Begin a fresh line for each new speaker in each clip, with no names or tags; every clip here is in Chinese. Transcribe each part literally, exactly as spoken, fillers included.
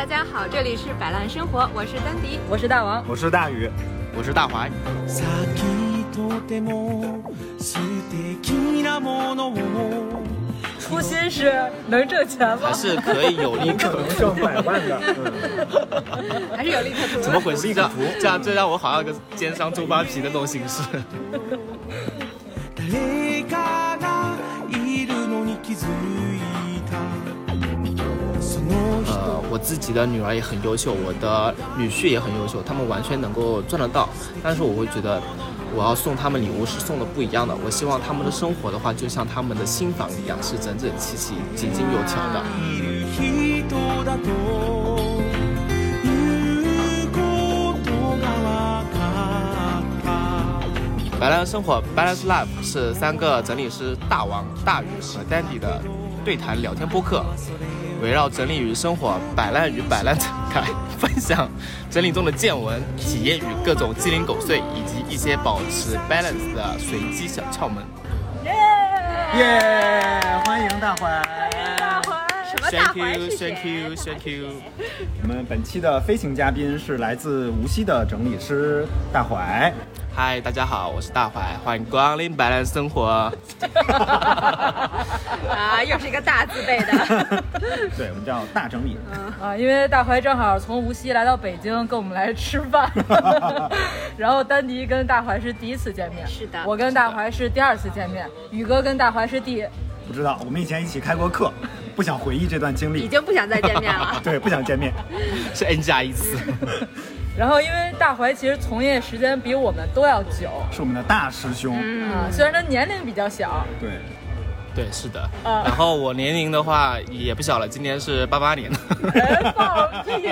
家好，这里是摆烂生活，我是丹迪，
我是大王，
我是大宇，
我是大怀。
初心是能挣钱吗？
还是可以有利可图，
挣百万的，
嗯、还是有利可图。
怎么回事？这样这样这让我好像个奸商周扒皮的那种形式。呃，我自己的女儿也很优秀，我的女婿也很优秀，他们完全能够赚得到，但是我会觉得我要送他们礼物是送的不一样的，我希望他们的生活的话就像他们的新房一样，是整整齐齐井井有条的。摆烂生活 Balance Life 是三个整理师大王、大宇和丹迪的对谈聊天播客，围绕整理与生活、摆烂与摆烂展开，分享整理中的见闻、体验与各种鸡零狗碎，以及一些保持 balance 的随机小窍门。
耶！欢迎大怀。
Thank you, thank you, thank you。
我们本期的飞行嘉宾是来自无锡的整理师大怀。
嗨，大家好，我是大怀，欢迎光临摆烂生活。
啊，又是一个大字辈的。
对，我们叫大整理。
啊，因为大怀正好从无锡来到北京跟我们来吃饭，然后丹迪跟大怀是第一次见面，
是的，
我跟大怀是第二次见面，宇哥跟大怀是第……
不知道，我们以前一起开过课，不想回忆这段经历，
已经不想再见面了。
对，不想见面，
是 N 加一次。
然后因为大怀其实从业时间比我们都要久，
是我们的大师兄。
嗯、啊，虽然他年龄比较小。
对。
对，是的、啊。然后我年龄的话也不小了，今年是八八年的。
放屁！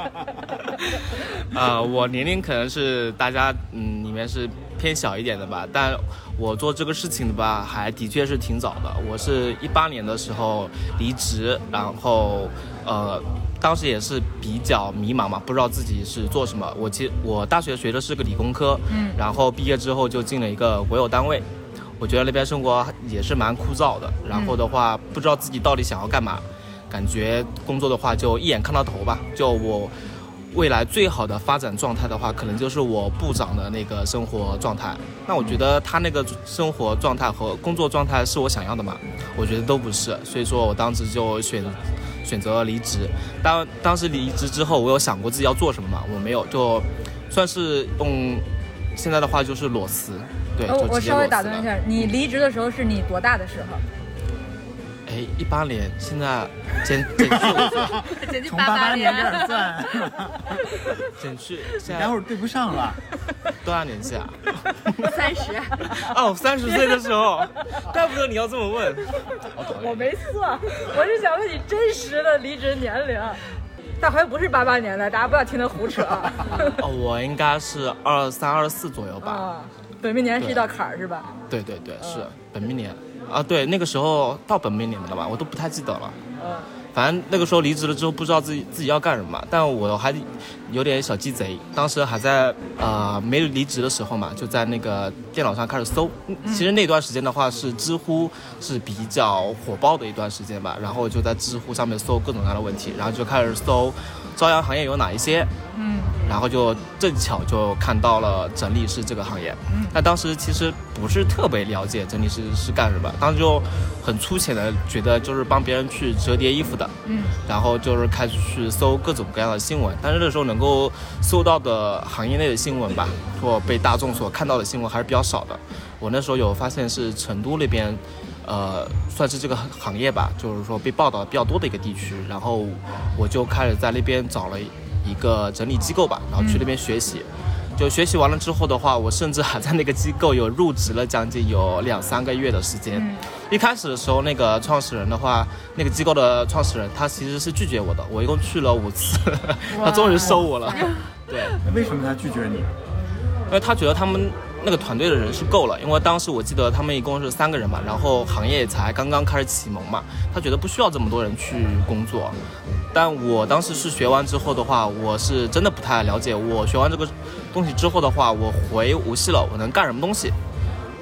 啊，我年龄可能是大家嗯里面是偏小一点的吧，但我做这个事情的吧，还的确是挺早的。我是一八年的时候离职，然后呃，当时也是比较迷茫嘛，不知道自己是做什么。我其实我大学学的是个理工科，嗯，然后毕业之后就进了一个国有单位。我觉得那边生活也是蛮枯燥的，然后的话不知道自己到底想要干嘛，感觉工作的话就一眼看到头吧。就我未来最好的发展状态的话，可能就是我部长的那个生活状态。那我觉得他那个生活状态和工作状态是我想要的嘛？我觉得都不是，所以说我当时就选选择离职。当当时离职之后，我有想过自己要做什么嘛？我没有，就算是用现在的话就是裸辞。对，
哦、我稍微打断一下，你离职的时候是你多大的时候？
哎，一八年，现在减减去，
从八八年开始算，
减去，
你待会儿对不上了。
多大年纪啊？
三十。
哦，三十岁的时候，怪不得你要这么问。
我没算，我是想问你真实的离职年龄。大怀不是八八年的，大家不要听他胡扯。
哦，我应该是二三二四左右吧。
啊，本命年是一道坎儿是吧？
对对对，是本命年啊。对，那个时候到本命年的了吧，我都不太记得了。嗯，反正那个时候离职了之后，不知道自己自己要干什么，但我还有点小鸡贼。当时还在呃没离职的时候嘛，就在那个电脑上开始搜。其实那段时间的话，是知乎是比较火爆的一段时间吧，然后就在知乎上面搜各种各样的问题，然后就开始搜朝阳行业有哪一些。嗯。然后就正巧就看到了整理师这个行业，但当时其实不是特别了解整理师是干什么，当时就很粗浅的觉得就是帮别人去折叠衣服的，嗯，然后就是开始去搜各种各样的新闻，但是那时候能够搜到的行业内的新闻吧，或被大众所看到的新闻还是比较少的。我那时候有发现是成都那边呃，算是这个行业吧，就是说被报道比较多的一个地区，然后我就开始在那边找了一个整理机构吧，然后去那边学习。就学习完了之后的话，我甚至还在那个机构有入职了将近有两三个月的时间。一开始的时候，那个创始人的话，那个机构的创始人他其实是拒绝我的，我一共去了五次，他终于收我了。对，
为什么他拒绝你？
因为他觉得他们那个团队的人是够了，因为当时我记得他们一共是三个人嘛，然后行业才刚刚开始启蒙嘛，他觉得不需要这么多人去工作。但我当时是学完之后的话，我是真的不太了解，我学完这个东西之后的话，我回无锡了，我能干什么东西？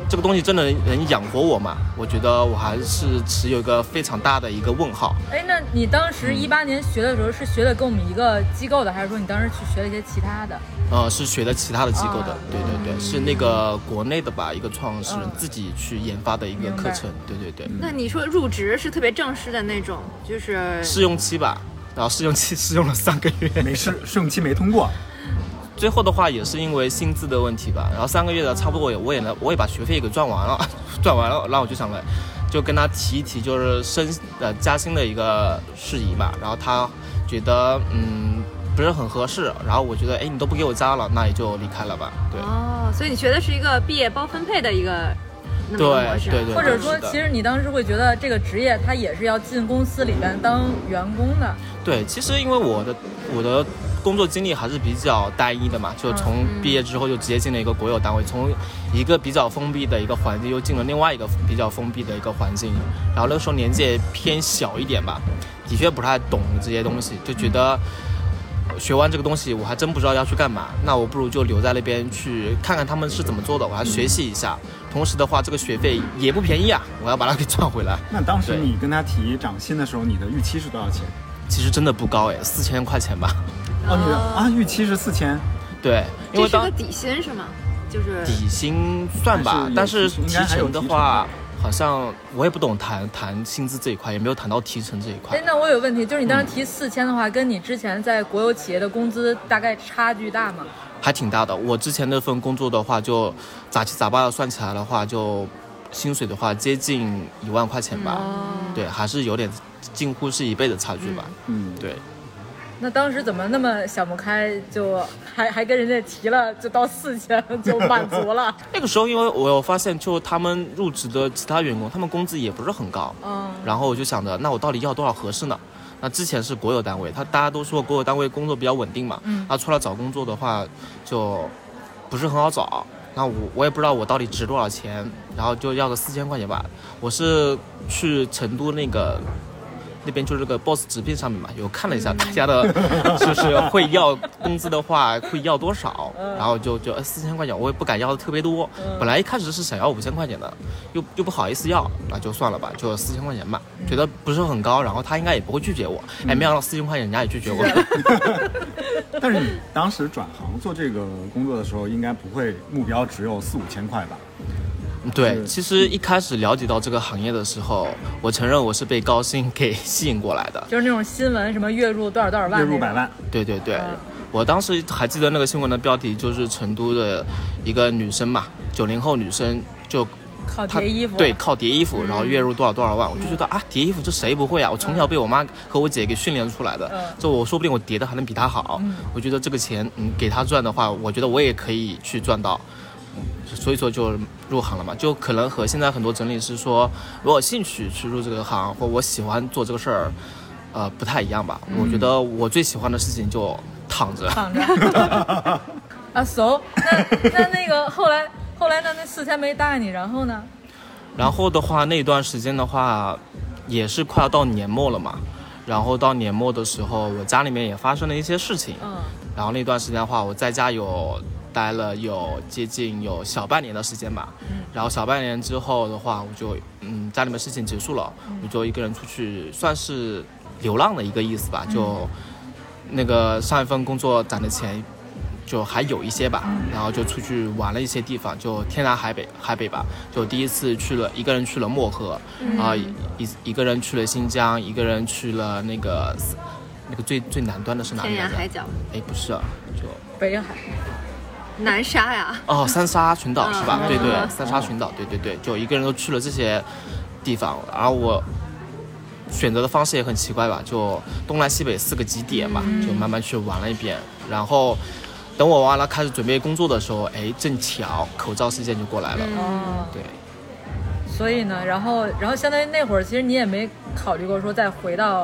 这个东西真的能养活我吗？我觉得我还是持有一个非常大的一个问号。
哎，那你当时一八年学的时候是学的跟我们一个机构的，还是说你当时去学了一些其他的？
呃，是学的其他的机构的，
哦、
对对对，是那个国内的吧，一个创始人自己去研发的一个课程，对对对。
那你说入职是特别正式的那种，就是
试用期吧，然后试用期试用了三个月，
没试试用期没通过。
最后的话也是因为薪资的问题吧，然后三个月的差不多也我也我也把学费给赚完了，赚完了，然后我就想了，就跟他提一提就是升呃加薪的一个事宜吧，然后他觉得嗯不是很合适，然后我觉得哎你都不给我加了，那也就离开了吧。对。
哦，所以你学的是一个毕业包分配的一个那么一个模式，
对对对，
或者说其实你当时会觉得这个职业它也是要进公司里边当员工的。
对，其实因为我的我的工作经历还是比较单一的嘛，就从毕业之后就直接进了一个国有单位，从一个比较封闭的一个环境又进了另外一个比较封闭的一个环境，然后那个时候年纪也偏小一点吧，的确不太懂这些东西，就觉得学完这个东西我还真不知道要去干嘛，那我不如就留在那边去看看他们是怎么做的，我还学习一下，同时的话这个学费也不便宜啊，我要把它给赚回来。
那当时你跟他提涨薪的时候，你的预期是多少钱？
其实真的不高哎，四千块钱吧。
哦，你的啊预期是四千，
对，因为当
这是个底薪是吗？就是
底薪算吧，但是提成的话，好像我也不懂谈谈薪资这一块，也没有谈到提成这一块。
哎，那我有问题，就是你当时提四千的话，嗯、跟你之前在国有企业的工资大概差距大吗？
还挺大的。我之前那份工作的话，就杂七杂八的算起来的话，就薪水的话接近一万块钱吧。哦、对，还是有点近乎是一倍的差距吧。嗯，对。
那当时怎么那么想不开，就还还跟人家提了，就到四千就满足了？
那个时候，因为我有发现，就他们入职的其他员工，他们工资也不是很高。嗯。然后我就想着，那我到底要多少合适呢？那之前是国有单位，他大家都说国有单位工作比较稳定嘛。嗯。那出来找工作的话，就不是很好找。那我我也不知道我到底值多少钱，然后就要个四千块钱吧。我是去成都那个。那边就是这个 boss 直聘上面嘛，有看了一下大家的，就是会要工资的话会要多少，然后就就四千块钱，我也不敢要的特别多，本来一开始是想要五千块钱的，又又不好意思要，那就算了吧，就四千块钱吧，觉得不是很高，然后他应该也不会拒绝我，哎，没想到四千块钱人家也拒绝我。
但是你当时转行做这个工作的时候，应该不会目标只有四五千块吧？
对，其实一开始了解到这个行业的时候，我承认我是被高薪给吸引过来的，
就是那种新闻什么月入多少多少万，
月入百万。
对对对、嗯，我当时还记得那个新闻的标题，就是成都的一个女生嘛，九零后女生就
靠叠衣服，
对，靠叠衣服，然后月入多少多少万，嗯、我就觉得啊，叠衣服这谁不会啊？我从小被我妈和我姐给训练出来的，嗯、这我说不定我叠的还能比她好。嗯、我觉得这个钱，嗯，给她赚的话，我觉得我也可以去赚到。所以说就入行了嘛，就可能和现在很多整理师说我有兴趣去入这个行，或我喜欢做这个事儿，呃，不太一样吧。嗯、我觉得我最喜欢的事情就躺着。
躺着。啊 ，so 那那那个后来后来那那四千没答应你，然后呢？
然后的话，那段时间的话，也是快要到年末了嘛。然后到年末的时候，我家里面也发生了一些事情。嗯。然后那段时间的话，我在家有。待了有接近有小半年的时间吧，嗯、然后小半年之后的话，我就嗯家里面事情结束了，嗯、我就一个人出去，算是流浪的一个意思吧。嗯、就那个上一份工作攒的钱，就还有一些吧，嗯、然后就出去玩了一些地方，就天南海北海北吧，就第一次去了一个人去了漠河，嗯、然后一一个人去了新疆，一个人去了那个那个最最南端的是哪里？
天涯海角？
哎，不是，就
北海。
南沙呀，
哦，三沙群岛是吧？嗯、对对，三沙群岛，对对对，就一个人都去了这些地方，然后我选择的方式也很奇怪吧，就东南西北四个极点嘛，嗯、就慢慢去玩了一遍，然后等我完了开始准备工作的时候，哎，正巧口罩事件就过来了，
哦、
嗯，对，
所以呢，然后然后相当于那会儿其实你也没考虑过说再回到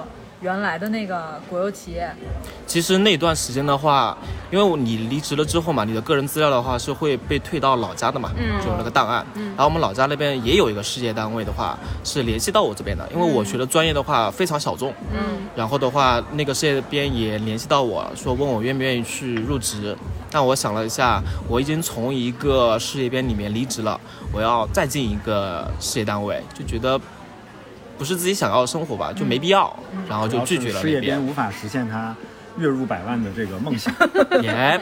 原来的那个国有企业？
其实那段时间的话，因为你离职了之后嘛，你的个人资料的话是会被退到老家的嘛，嗯，就那个档案。嗯，然后我们老家那边也有一个事业单位的话是联系到我这边的，因为我学的专业的话非常小众。嗯，然后的话，那个事业边也联系到我说问我愿不愿意去入职。但我想了一下，我已经从一个事业边里面离职了，我要再进一个事业单位，就觉得不是自己想要的生活吧，就没必要，嗯、然后就拒绝了那边。
事业边无法实现他月入百万的这个梦想。
耶。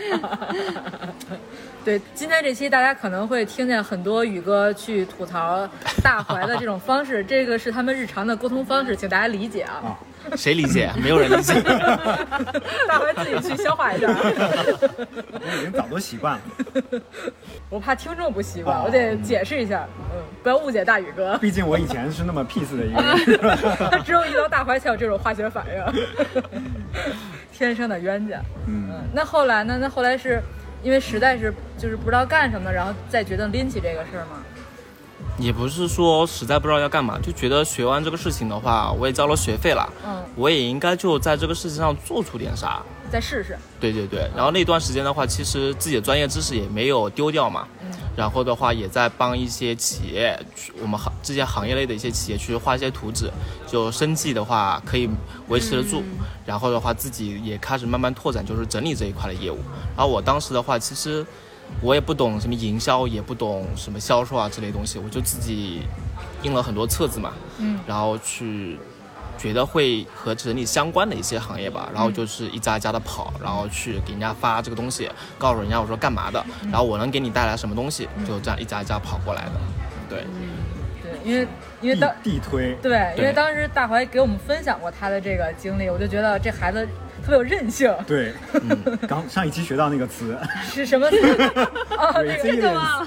对，今天这期大家可能会听见很多宇哥去吐槽大怀的这种方式，这个是他们日常的沟通方式，请大家理解啊。啊
谁理解？没有人理解。
大怀自己去消化一下。
我已经早都习惯了。
我怕听众不习惯，我得解释一下，嗯，不要误解大宇哥。
毕竟我以前是那么 peace 的一个人。
他只有遇到大怀才有这种化学反应。天生的冤家。嗯，那后来呢？那后来是因为实在是就是不知道干什么，然后再决定拎起这个事儿吗？
也不是说实在不知道要干嘛，就觉得学完这个事情的话，我也交了学费了，嗯，我也应该就在这个事情上做出点啥，
再试试。
对对对，然后那段时间的话，其实自己的专业知识也没有丢掉嘛，嗯，然后的话也在帮一些企业，我们行这些行业类的一些企业去画一些图纸，就生计的话可以维持得住，嗯，然后的话自己也开始慢慢拓展，就是整理这一块的业务。然后我当时的话，其实我也不懂什么营销，也不懂什么销售啊之类东西，我就自己印了很多册子嘛，嗯，然后去觉得会和整理相关的一些行业吧，然后就是一家一家的跑，然后去给人家发这个东西，告诉人家我说干嘛的，然后我能给你带来什么东西，就这样一家一家跑过来的，对，
对，因为因为当
地推，
对，因为当时大怀给我们分享过他的这个经历，我就觉得这孩子特别有韧性。
对，嗯，刚上一期学到那个词
是什么词？哦，那个
这个忘了。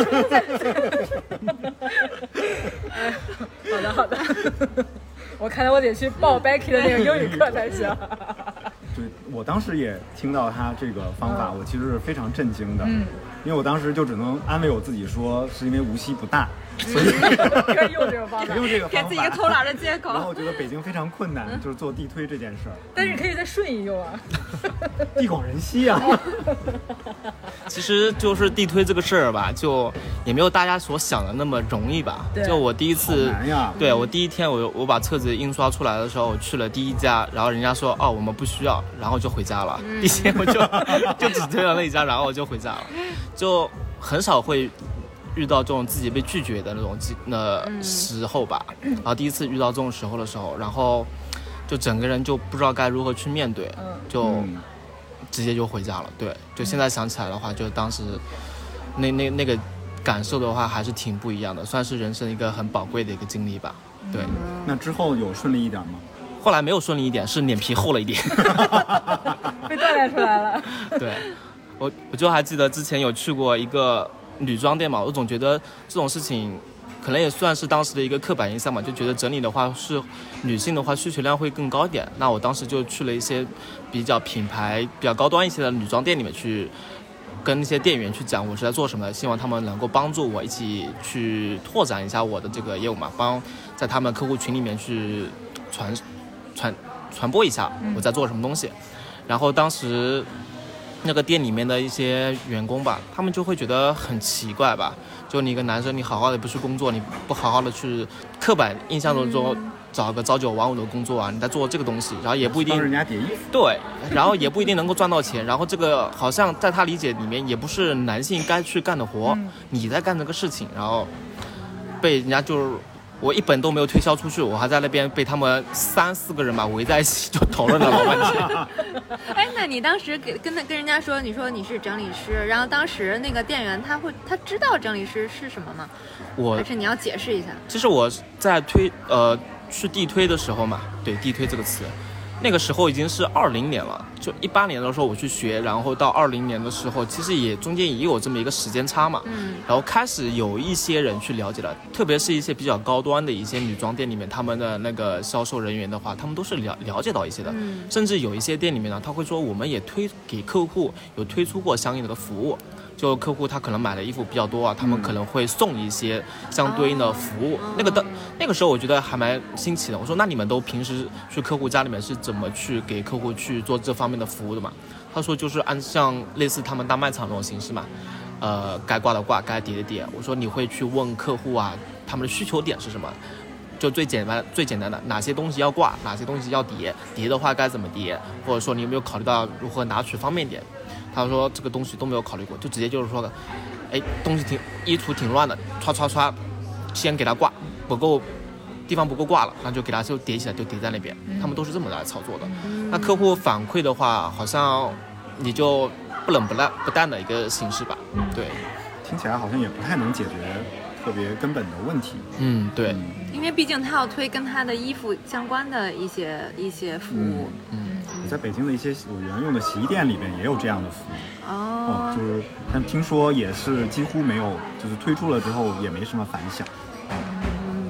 好的好的，我看来我得去报 Becky 的那个英语课才行。
对，我当时也听到他这个方法，
嗯，
我其实是非常震惊的，
嗯，
因为我当时就只能安慰我自己说，是因为无锡不大。所以
可以用这个方法，
用这个方法
给自己一个偷懒的借口。
然后我觉得北京非常困难，就是做地推这件事儿。
但是可以在顺义用啊，
地广人稀啊。
其实就是地推这个事儿吧，就也没有大家所想的那么容易吧。就我第一次，
好难呀。
对我第一天我我把册子印刷出来的时候，我去了第一家，然后人家说哦我们不需要，然后就回家了。嗯、第一天我就就只推了那一家，然后我就回家了，就很少会遇到这种自己被拒绝的那种那时候吧，然后第一次遇到这种时候的时候，然后就整个人就不知道该如何去面对，就直接就回家了。对，就现在想起来的话，就当时那那那个感受的话还是挺不一样的，算是人生一个很宝贵的一个经历吧。对，
那之后有顺利一点吗？
后来没有顺利一点，是脸皮厚了一点，
被锻炼出来了。
对，我我就还记得之前有去过一个女装店嘛，我总觉得这种事情可能也算是当时的一个刻板印象嘛，就觉得整理的话是女性的话需求量会更高一点。那我当时就去了一些比较品牌比较高端一些的女装店里面去跟那些店员去讲我是在做什么的，希望他们能够帮助我一起去拓展一下我的这个业务嘛，帮在他们客户群里面去传传传播一下我在做什么东西。然后当时那个店里面的一些员工吧，他们就会觉得很奇怪吧，就你一个男生，你好好的不去工作，你不好好的去刻板印象中说找个朝九晚五的工作啊，你在做这个东西，然后也不一定
帮人家叠衣服，
对，然后也不一定能够赚到钱，然后这个好像在他理解里面也不是男性该去干的活，嗯、你在干这个事情，然后被人家就是我一本都没有推销出去，我还在那边被他们三四个人吧围在一起就讨论了老半天。
哎，那你当时给跟跟人家说，你说你是整理师，然后当时那个店员他会他知道整理师是什么吗？我还是你要解释一下？
其实我在推呃去地推的时候嘛，对地推这个词，那个时候已经是二零年了，就一八年的时候我去学，然后到二零年的时候，其实也中间也有这么一个时间差嘛，嗯，然后开始有一些人去了解了，特别是一些比较高端的一些女装店里面，他们的那个销售人员的话，他们都是了了解到一些的，嗯，甚至有一些店里面呢，他会说我们也推给客户有推出过相应的服务， 就客户他可能买的衣服比较多啊，他们可能会送一些相对应的服务。
哦、
那个的那个时候我觉得还蛮新奇的。我说那你们都平时去客户家里面是怎么去给客户去做这方面的服务的嘛？他说就是按像类似他们大卖场那种形式嘛，呃，该挂的挂，该叠的叠。我说你会去问客户啊，他们的需求点是什么？就最简单最简单的哪些东西要挂，哪些东西要叠，叠的话该怎么叠，或者说你有没有考虑到如何拿取方便点？他说这个东西都没有考虑过，就直接就是说，哎，东西挺衣橱挺乱的，唰唰唰，先给他挂，不够地方不够挂了，那就给他就叠起来，就叠在那边。他们都是这么来操作的。那客户反馈的话，好像你就不冷不淡不淡的一个形式吧。对，
听起来好像也不太能解决特别根本的问题。
嗯，对，
嗯、因为毕竟他要推跟他的衣服相关的一些一些服务。
嗯，嗯在北京的一些我原用的洗衣店里边也有这样的服务。
哦，
哦，就是但听说也是几乎没有，就是推出了之后也没什么反响。
嗯，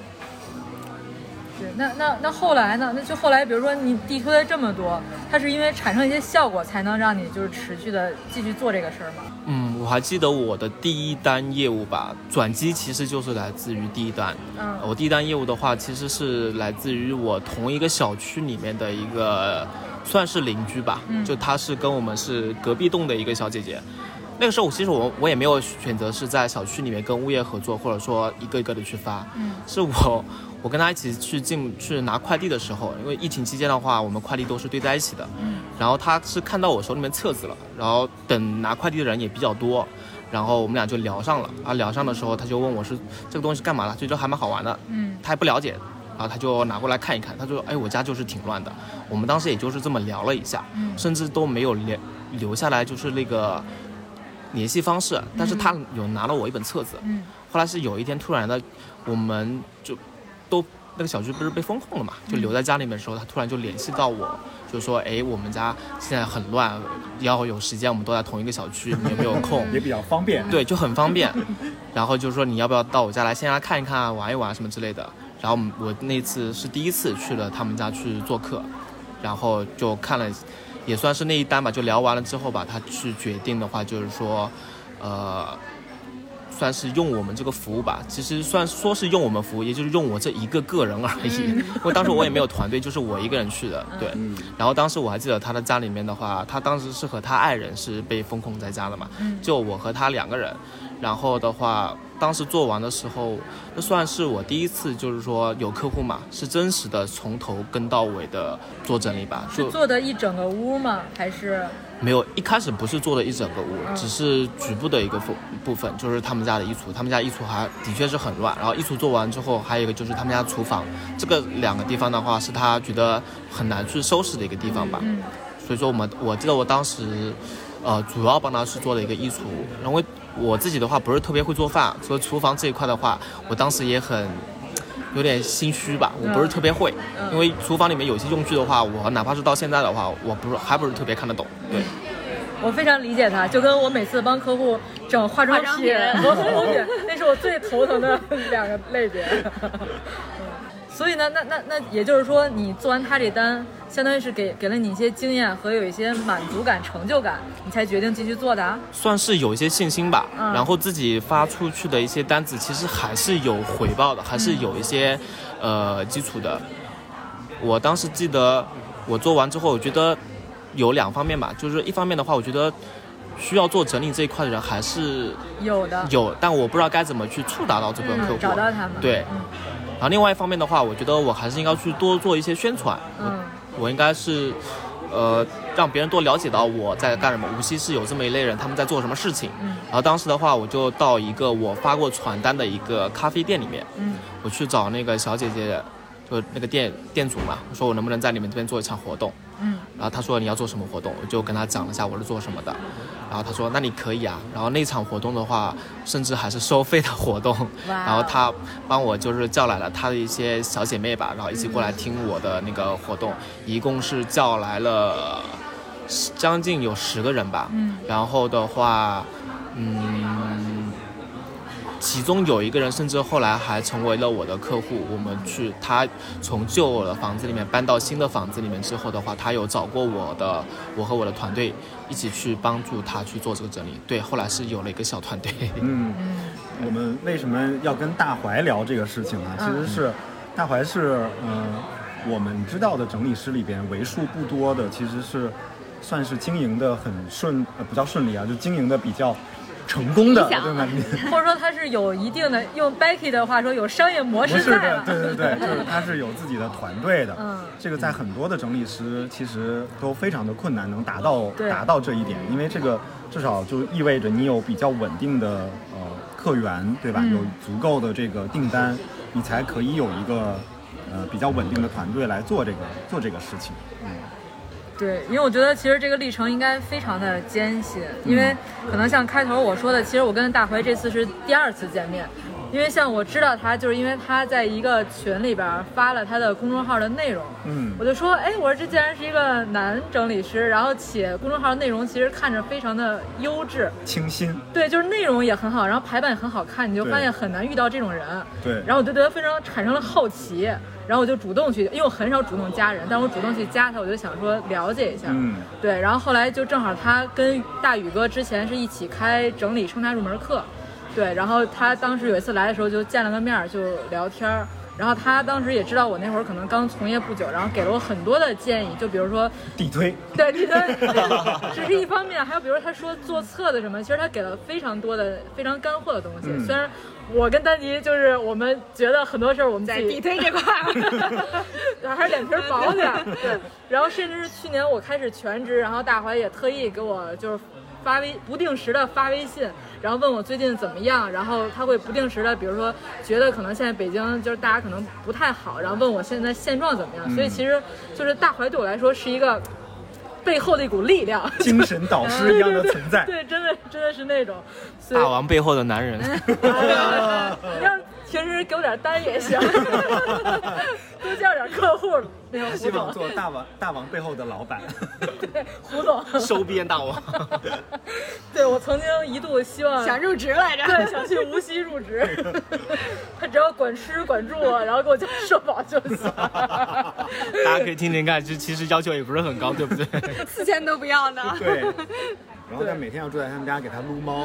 对，那那那后来呢？那就后来，比如说你地推了这么多，它是因为产生一些效果，才能让你就是持续的继续做这个事儿吗？
嗯，我还记得我的第一单业务吧，转机其实就是来自于第一单。嗯，我第一单业务的话，其实是来自于我同一个小区里面的一个算是邻居吧，嗯、就她是跟我们是隔壁栋的一个小姐姐。那个时候其实我我也没有选择是在小区里面跟物业合作，或者说一个一个的去发，嗯，是我我跟她一起去进去拿快递的时候，因为疫情期间的话，我们快递都是堆在一起的，嗯，然后她是看到我手里面册子了，然后等拿快递的人也比较多，然后我们俩就聊上了啊，聊上的时候她就问我是这个东西干嘛了，觉得还蛮好玩的，嗯，她还不了解。然后他就拿过来看一看，他说：“哎，我家就是挺乱的。”我们当时也就是这么聊了一下，嗯、甚至都没有留留下来，就是那个联系方式。但是他有拿了我一本册子。嗯、后来是有一天突然的，我们就都那个小区不是被封控了嘛，就留在家里面的时候，他突然就联系到我，就说：“哎，我们家现在很乱，要有时间我们都在同一个小区，你有没有空？”
也比较方便。
对，就很方便。然后就说你要不要到我家来，先来看一看、玩一玩什么之类的。然后我那次是第一次去了他们家去做客，然后就看了，也算是那一单吧。就聊完了之后吧，他去决定的话，就是说，呃，算是用我们这个服务吧。其实算说是用我们服务，也就是用我这一个个人而已。因为当时我也没有团队，就是我一个人去的。对。然后当时我还记得他的家里面的话，他当时是和他爱人是被封控在家的嘛，就我和他两个人。然后的话，当时做完的时候，那算是我第一次，就是说有客户嘛，是真实的从头跟到尾的做整理吧。
是做的一整个屋吗？还是
没有？一开始不是做的一整个屋，嗯、只是局部的一个部分，就是他们家的衣橱。他们家衣橱还的确是很乱。然后衣橱做完之后，还有一个就是他们家厨房，这个两个地方的话，是他觉得很难去收拾的一个地方吧。嗯、所以说我们，我记得我当时，呃，主要帮他去做的一个衣橱，因为我自己的话不是特别会做饭，所以厨房这一块的话，我当时也很有点心虚吧，我不是特别会，嗯、因为厨房里面有些用具的话，我哪怕是到现在的话，我不是还不是特别看得懂。对，
我非常理解他，就跟我每次帮客户整化妆品、磨护肤品，那是我最头疼的两个类别。所以呢，那那那也就是说，你做完他这单，相当于是给给了你一些经验和有一些满足感、成就感，你才决定继续做的、啊。
算是有一些信心吧。嗯、然后自己发出去的一些单子，其实还是有回报的，还是有一些、嗯、呃基础的。我当时记得我做完之后，我觉得有两方面吧，就是一方面的话，我觉得需要做整理这一块的人还是
有的，
有，但我不知道该怎么去触达到这个客户，嗯、
找到他们。
对。嗯然后另外一方面的话，我觉得我还是应该去多做一些宣传。嗯，我应该是，呃，让别人多了解到我在干什么。无锡是有这么一类人，他们在做什么事情。嗯，然后当时的话，我就到一个我发过传单的一个咖啡店里面，嗯，我去找那个小姐姐，就那个店店主嘛，我说我能不能在你们这边做一场活动。嗯，然后他说你要做什么活动，我就跟他讲了一下我是做什么的。然后他说那你可以啊，然后那场活动的话甚至还是收费的活动，然后他帮我就是叫来了他的一些小姐妹吧，然后一起过来听我的那个活动，一共是叫来了将近有十个人吧，嗯，然后的话嗯其中有一个人甚至后来还成为了我的客户。我们去他从旧的房子里面搬到新的房子里面之后的话，他有找过我的，我和我的团队一起去帮助他去做这个整理。对，后来是有了一个小团队。
嗯，我们为什么要跟大怀聊这个事情呢？其实是大怀是嗯、呃，我们知道的整理师里边为数不多的，其实是算是经营的很顺，呃，不叫顺利啊，就经营的比较成功的，对吧？
或者说他是有一定的，用 Becky 的话说，有商业模式在了。
对对对，就是他是有自己的团队的。嗯，这个在很多的整理师其实都非常的困难能达到达到这一点，因为这个至少就意味着你有比较稳定的呃客源，对吧？嗯、有足够的这个订单，你才可以有一个呃比较稳定的团队来做这个做这个事情。嗯。
对，因为我觉得其实这个历程应该非常的艰辛，因为可能像开头我说的，其实我跟大怀这次是第二次见面，因为像我知道他，就是因为他在一个群里边发了他的公众号的内容，嗯，我就说，哎，我说这既然是一个男整理师，然后且公众号的内容其实看着非常的优质、
清新，
对，就是内容也很好，然后排版也很好看，你就发现很难遇到这种人，
对，
然后我就对他非常产生了好奇。然后我就主动去，因为我很少主动加人，但我主动去加他，我就想说了解一下。嗯，对。然后后来就正好他跟大宇哥之前是一起开整理生态入门课，对。然后他当时有一次来的时候就见了个面，就聊天。然后他当时也知道我那会儿可能刚从业不久，然后给了我很多的建议，就比如说
地推，
对地推，只是一方面，还有比如他说做册子什么，其实他给了非常多的非常干货的东西。嗯、虽然我跟丹迪就是我们觉得很多事儿我们自己
在地推这块
还是脸皮薄点，对。然后甚至是去年我开始全职，然后大怀也特意给我就是发微不定时的发微信。然后问我最近怎么样，然后他会不定时的，比如说觉得可能现在北京就是大家可能不太好，然后问我现在现状怎么样。嗯、所以其实就是大怀对我来说是一个背后的一股力量，
精神导师一样的存在。
对，真的真的是那种
大王背后的男人。
你要平时给我点单也行，多叫点客户。那个
希望做大王大王背后的老板。
对，胡总
收编大王。
对，我曾经一度希望
想入职来着，
对，想去无锡入职。他只要管吃管住，然后给我交社保就行。
大家可以听听看，就其实要求也不是很高，对不对？
四千都不要呢。
对。然后他每天要住在他们家给他撸猫。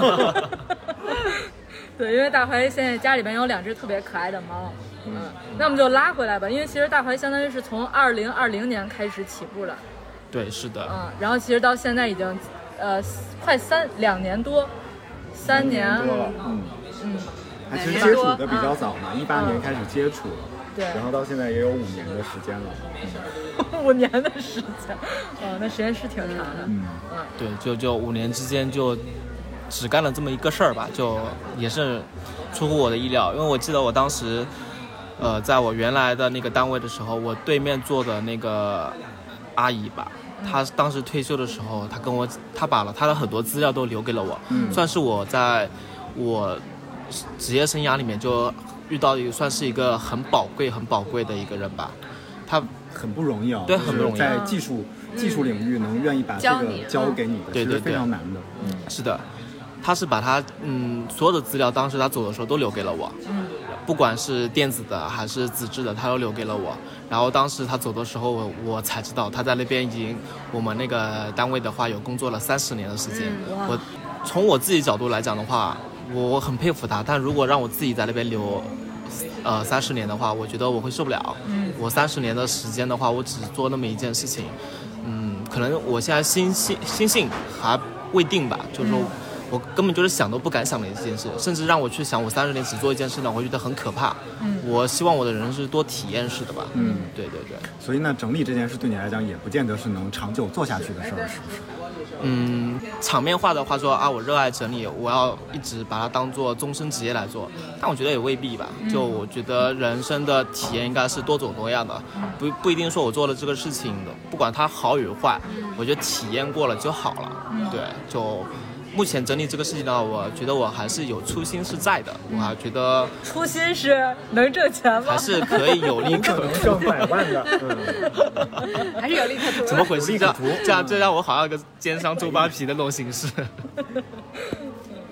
对，因为大怀现在家里边有两只特别可爱的猫。嗯，那我们就拉回来吧，因为其实大怀相当于是从二零二零年开始起步的。
对，是的。
嗯，然后其实到现在已经，呃，快三两年多，三年
多了。嗯嗯，他其实接触的比较早嘛，一八年开始接触了。
对，
然后到现在也有五年的时间了。
五年的时间，哦，那时间是挺长的。嗯
嗯，对，就就五年之间就只干了这么一个事儿吧，就也是出乎我的意料，因为我记得我当时。呃，在我原来的那个单位的时候，我对面坐的那个阿姨吧，她当时退休的时候，她跟我，她把了她的很多资料都留给了我，嗯、算是我在我职业生涯里面就遇到一个算是一个很宝贵、很宝贵的一个人吧。她
很不容易啊，
对，很不容易，
在技术、嗯、技术领域能愿意把这个交给你的，
对对对，
非常难的。
嗯，是的，她是把她嗯所有的资料，当时她走的时候都留给了我。嗯。不管是电子的还是纸质的，他都留给了我。然后当时他走的时候，我我才知道他在那边已经我们那个单位的话有工作了三十年的时间。嗯、我从我自己角度来讲的话，我很佩服他。但如果让我自己在那边留，呃三十年的话，我觉得我会受不了。嗯、我三十年的时间的话，我只做那么一件事情。嗯，可能我现在心心心性还未定吧，就是说。嗯我根本就是想都不敢想的一件事，甚至让我去想我三十年只做一件事呢，我觉得很可怕。嗯，我希望我的人是多体验式的吧。嗯，对对对。
所以呢，整理这件事对你来讲也不见得是能长久做下去的事儿，是不是？
嗯，场面化的话说啊，我热爱整理，我要一直把它当做终身职业来做，但我觉得也未必吧。就我觉得人生的体验应该是多种多样的，不不一定说我做了这个事情的，不管它好与坏，我觉得体验过了就好了。对，就。目前整理这个事情呢，我觉得我还是有初心是在的，我还觉得
初心是能挣钱吗？
还是可以有利可图，
挣百万的，
嗯、还是有利可图。
怎么回事？这样这样这让我好像个奸商周扒皮的那种形式。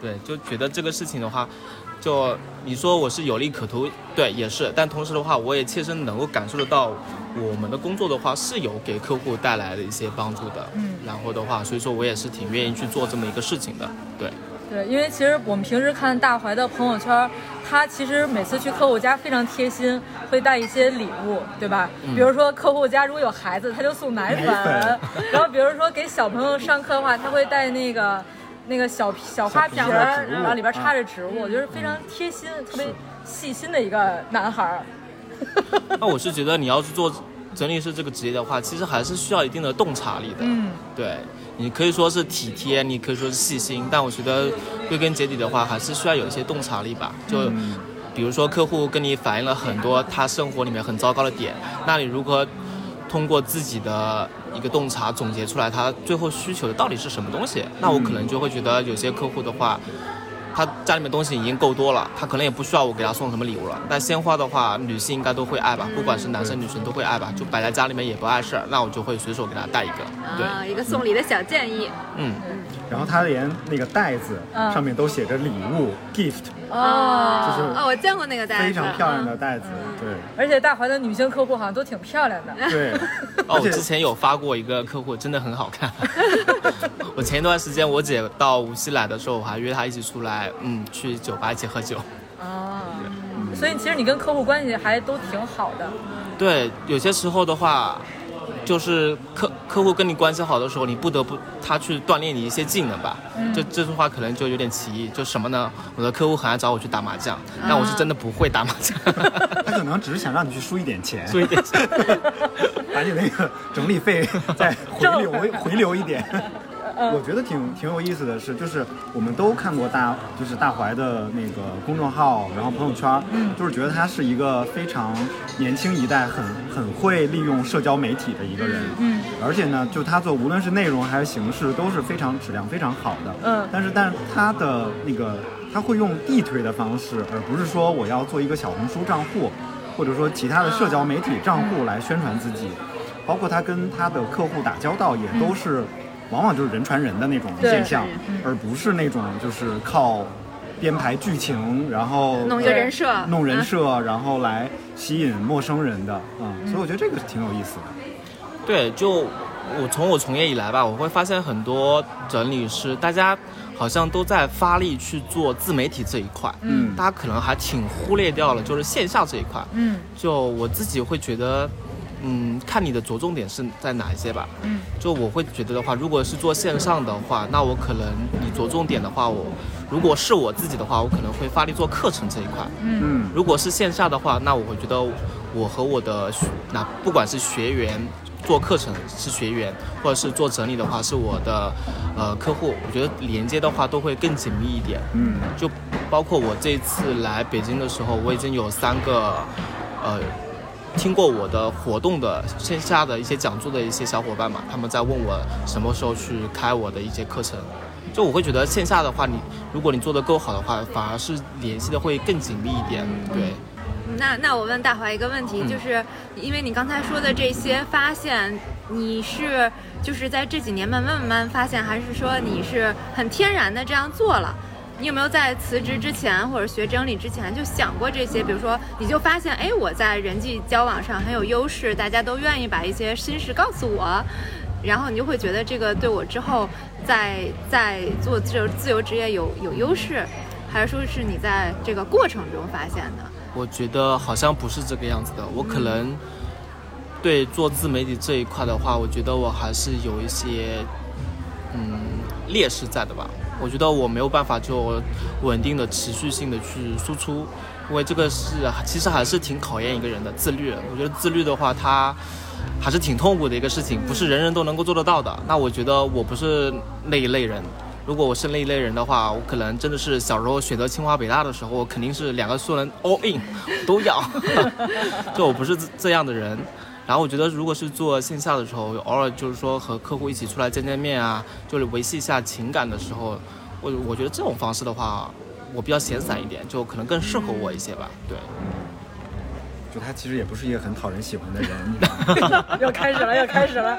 对，就觉得这个事情的话，就你说我是有利可图，对，也是，但同时的话，我也切身能够感受得到，我们的工作的话是有给客户带来的一些帮助的，嗯，然后的话，所以说我也是挺愿意去做这么一个事情的，对。
对，因为其实我们平时看大怀的朋友圈，他其实每次去客户家非常贴心，会带一些礼物，对吧？嗯、比如说客户家如果有孩子，他就送奶粉，然后比如说给小朋友上课的话，他会带那个那个小小花瓶儿，然后里边插着植物，我觉得非常贴心、嗯、特别细心的一个男孩。
那我是觉得你要去做整理师这个职业的话，其实还是需要一定的洞察力的。嗯，对，你可以说是体贴，你可以说是细心，但我觉得归根结底的话，还是需要有一些洞察力吧。就比如说客户跟你反映了很多他生活里面很糟糕的点，那你如何通过自己的一个洞察总结出来他最后需求的到底是什么东西？那我可能就会觉得有些客户的话，他家里面东西已经够多了，他可能也不需要我给他送什么礼物了。但鲜花的话，女性应该都会爱吧，不管是男生女生都会爱吧，就摆在家里面也不碍事儿，那我就会随手给他带一个。对，
啊，一个送礼的小建议。
嗯，
然后他连那个袋子上面都写着礼物、嗯、gift。
哦，
就是
哦，我见过那个袋子，
非常漂亮的袋子，嗯、对。
而且大怀的女性客户好像都挺漂亮的。
对。
哦，我之前有发过一个客户，真的很好看。我前一段时间我姐到无锡来的时候，我还约她一起出来，嗯，去酒吧一起喝酒。
哦，所以其实你跟客户关系还都挺好的。
对，有些时候的话，就是客客户跟你关系好的时候，你不得不他去锻炼你一些技能吧。嗯、这这句话可能就有点歧义，就什么呢？我的客户很爱找我去打麻将，嗯、但我是真的不会打麻将。
他可能只是想让你去输一点钱，
输一点钱，
把你那个整理费再回流回流一点。我觉得挺挺有意思的是，就是我们都看过大就是大怀的那个公众号，然后朋友圈，嗯，就是觉得他是一个非常年轻一代很很会利用社交媒体的一个人，嗯，而且呢，就他做无论是内容还是形式都是非常质量非常好的，嗯，但是但是他的那个他会用地推的方式，而不是说我要做一个小红书账户，或者说其他的社交媒体账户来宣传自己，包括他跟他的客户打交道也都是。嗯往往就是人传人的那种现象，而不是那种就是靠编排剧情，然后
弄一个人设，
弄人设，啊、然后来吸引陌生人的，嗯，所以我觉得这个挺有意思的。
对，就我从我从业以来吧，我会发现很多整理师，大家好像都在发力去做自媒体这一块，嗯，大家可能还挺忽略掉了就是线下这一块，嗯，就我自己会觉得。嗯，看你的着重点是在哪一些吧。嗯，就我会觉得的话，如果是做线上的话，那我可能你着重点的话，我如果是我自己的话，我可能会发力做课程这一块。嗯，如果是线下的话，那我会觉得我和我的那不管是学员做课程是学员，或者是做整理的话是我的呃客户，我觉得连接的话都会更紧密一点。嗯，就包括我这一次来北京的时候，我已经有三个呃。听过我的活动的线下的一些讲座的一些小伙伴嘛，他们在问我什么时候去开我的一些课程，就我会觉得线下的话，你如果你做得够好的话，反而是联系的会更紧密一点。对。
那那我问大怀一个问题，就是因为你刚才说的这些发现，你是就是在这几年慢慢慢慢发现，还是说你是很天然的这样做了？你有没有在辞职之前或者学整理之前就想过这些？比如说你就发现，哎，我在人际交往上很有优势，大家都愿意把一些心事告诉我，然后你就会觉得这个对我之后在在做自由自由职业有有优势，还是说是你在这个过程中发现的？
我觉得好像不是这个样子的。我可能对做自媒体这一块的话，我觉得我还是有一些嗯劣势在的吧。我觉得我没有办法就稳定的持续性的去输出，因为这个是其实还是挺考验一个人的自律。我觉得自律的话它还是挺痛苦的一个事情，不是人人都能够做得到的。那我觉得我不是那一类人，如果我是那一类人的话，我可能真的是小时候选择清华北大的时候，我肯定是两个数人 all in 都要就我不是这样的人。然后我觉得如果是做线下的时候，偶尔就是说和客户一起出来见见面啊，就是维系一下情感的时候，我我觉得这种方式的话，我比较闲散一点，就可能更适合我一些吧。对，
就他其实也不是一个很讨人喜欢的人。
又开始了，又开始了。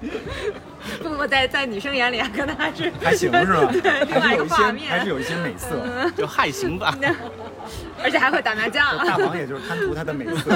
不过在在女生眼里可能还是
还行是吧？
对，另外一个画面
还是有一些美色，嗯、
就还行吧。
而且还会打麻将。
大黄也就是贪图他的美色。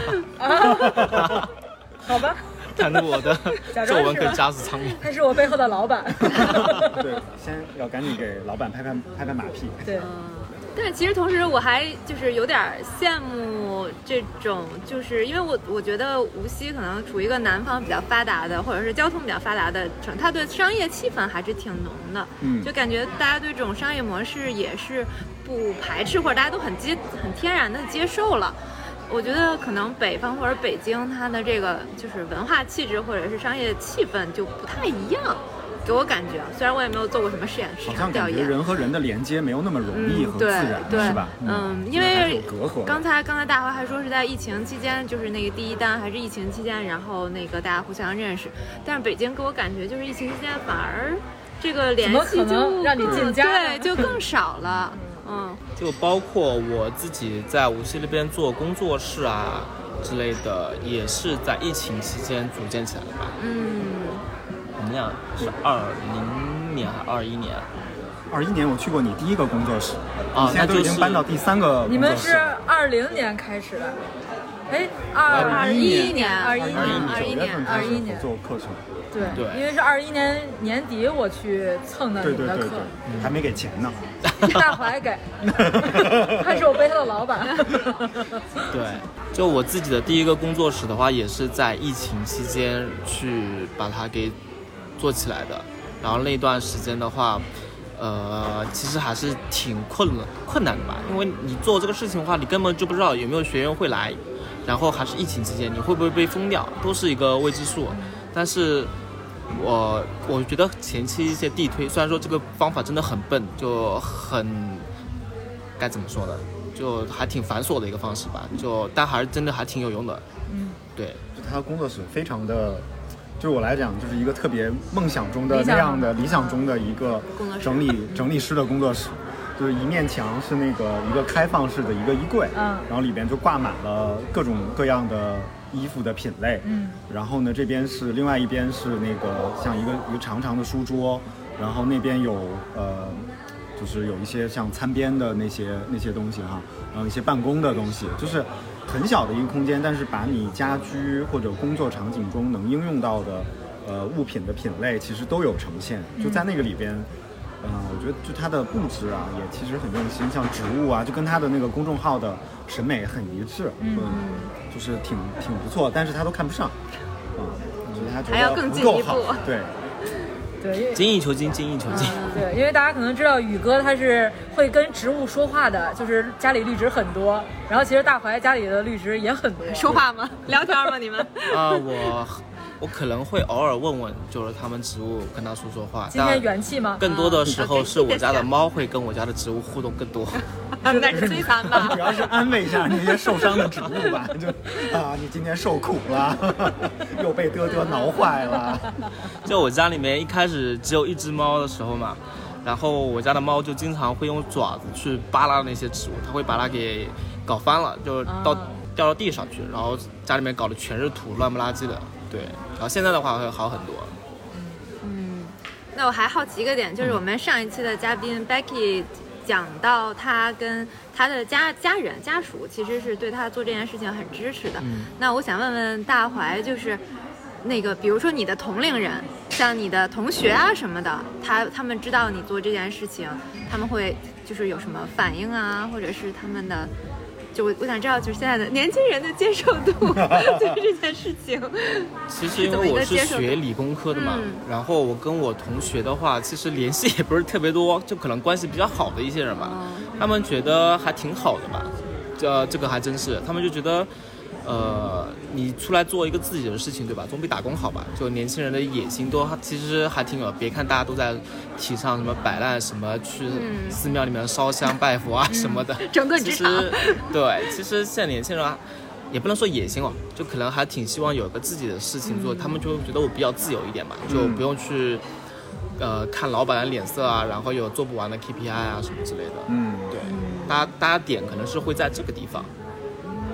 好吧。
贪图我的皱纹可以加死苍蝇。
他是我背后的老板。
对，先要赶紧给老板拍拍拍拍马屁。
对。
但是其实同时我还就是有点羡慕这种，就是因为我我觉得无锡可能处于一个南方比较发达的，或者是交通比较发达的城，它对商业气氛还是挺浓的，
嗯，
就感觉大家对这种商业模式也是不排斥，或者大家都很接很天然的接受了。我觉得可能北方或者北京它的这个就是文化气质或者是商业气氛就不太一样。给我感觉，虽然我也没有做过什么市场市场调研，
好像感觉人和人的连接没有那么容易和自然，
嗯、
是吧？
嗯，因为
隔阂。
刚才刚才大华还说是在疫情期间，就是那个第一单还是疫情期间，然后那个大家互相认识。但是北京给我感觉就是疫情期间反而这个联系就
让你进家，
对，就更少了。嗯，
就包括我自己在无锡那边做工作室啊之类的，也是在疫情期间组建起来的吧？
嗯。
我们俩是二零年还是二一年？
二一年我去过你第一个工作室，
啊，
现在都已经搬到第三个工作室。
你们是二零年开始的？哎，
二一
年，
二一年，
二一年，
二一年
做课程。
对对，因为是二一年年底我去蹭的你们的课，
嗯、还没给钱呢。
大怀给，他是我背后的老板。
对，就我自己的第一个工作室的话，也是在疫情期间去把它给做起来的。然后那段时间的话，呃，其实还是挺困了困难的吧，因为你做这个事情的话，你根本就不知道有没有学员会来，然后还是疫情期间，你会不会被封掉，都是一个未知数。但是我我觉得前期一些地推，虽然说这个方法真的很笨，就很该怎么说呢，就还挺繁琐的一个方式吧，就但还是真的还挺有用的。
嗯，
对，
就他的工作室非常的，对我来讲就是一个特别梦想中的那样的理想中的一个整理整理师的工作室。就是一面墙是那个一个开放式的一个衣柜，
嗯，
然后里边就挂满了各种各样的衣服的品类，
嗯，
然后呢这边是另外一边是那个像一个一个长长的书桌，然后那边有呃就是有一些像餐边的那些那些东西哈，然后一些办公的东西，就是很小的一个空间，但是把你家居或者工作场景中能应用到的呃物品的品类其实都有呈现，就在那个里边。嗯，我觉得就它的布置啊，也其实很用心，像植物啊，就跟它的那个公众号的审美很一致，
嗯，
就是挺挺不错，但是他都看不上，嗯，我觉得他觉得
还要更进一步，
对，
对，
精益求精，精益求精，
嗯，对，因为大家可能知道宇哥他是会跟植物说话的，就是家里绿植很多，然后其实大怀家里的绿植也很多，
说话吗？聊天吗？你们？
啊，我。我可能会偶尔问问，就是他们植物跟他说说话。
今天元气吗？
更多的时候是我家的猫会跟我家的植物互动更多。
那是摧残吧？
主要是安慰一下那些受伤的植物吧，就啊，你今天受苦了，又被嘚嘚挠坏了。
就我家里面一开始只有一只猫的时候嘛，然后我家的猫就经常会用爪子去扒拉那些植物，它会把它给搞翻了，就到、啊、掉到地上去，然后家里面搞得全是土，乱不拉几的。对，然后现在的话会好很多。
嗯，那我还好奇一个点，就是我们上一期的嘉宾 Becky 讲到他跟他的家家人家属其实是对他做这件事情很支持的。
嗯，
那我想问问大怀，就是那个比如说你的同龄人，像你的同学啊什么的，他他们知道你做这件事情，他们会就是有什么反应啊，或者是他们的。就我我想知道，就是现在的年轻人的接受度对这件事情。
其实因为我是学理工科的嘛，嗯、然后我跟我同学的话，其实联系也不是特别多，就可能关系比较好的一些人吧，哦、他们觉得还挺好的吧，这这个还真是，他们就觉得，呃，你出来做一个自己的事情，对吧？总比打工好吧？就年轻人的野心都其实还挺有，别看大家都在提倡什么摆烂，什么去寺庙里面烧香拜佛啊、嗯、什么的，
整顿职场。
其实对，其实现在年轻人啊，也不能说野心哦，就可能还挺希望有个自己的事情做，嗯、他们就觉得我比较自由一点吧，就不用去。呃，看老板的脸色啊，然后有做不完的 K P I 啊什么之类的。
嗯，
对，大家大家点可能是会在这个地方。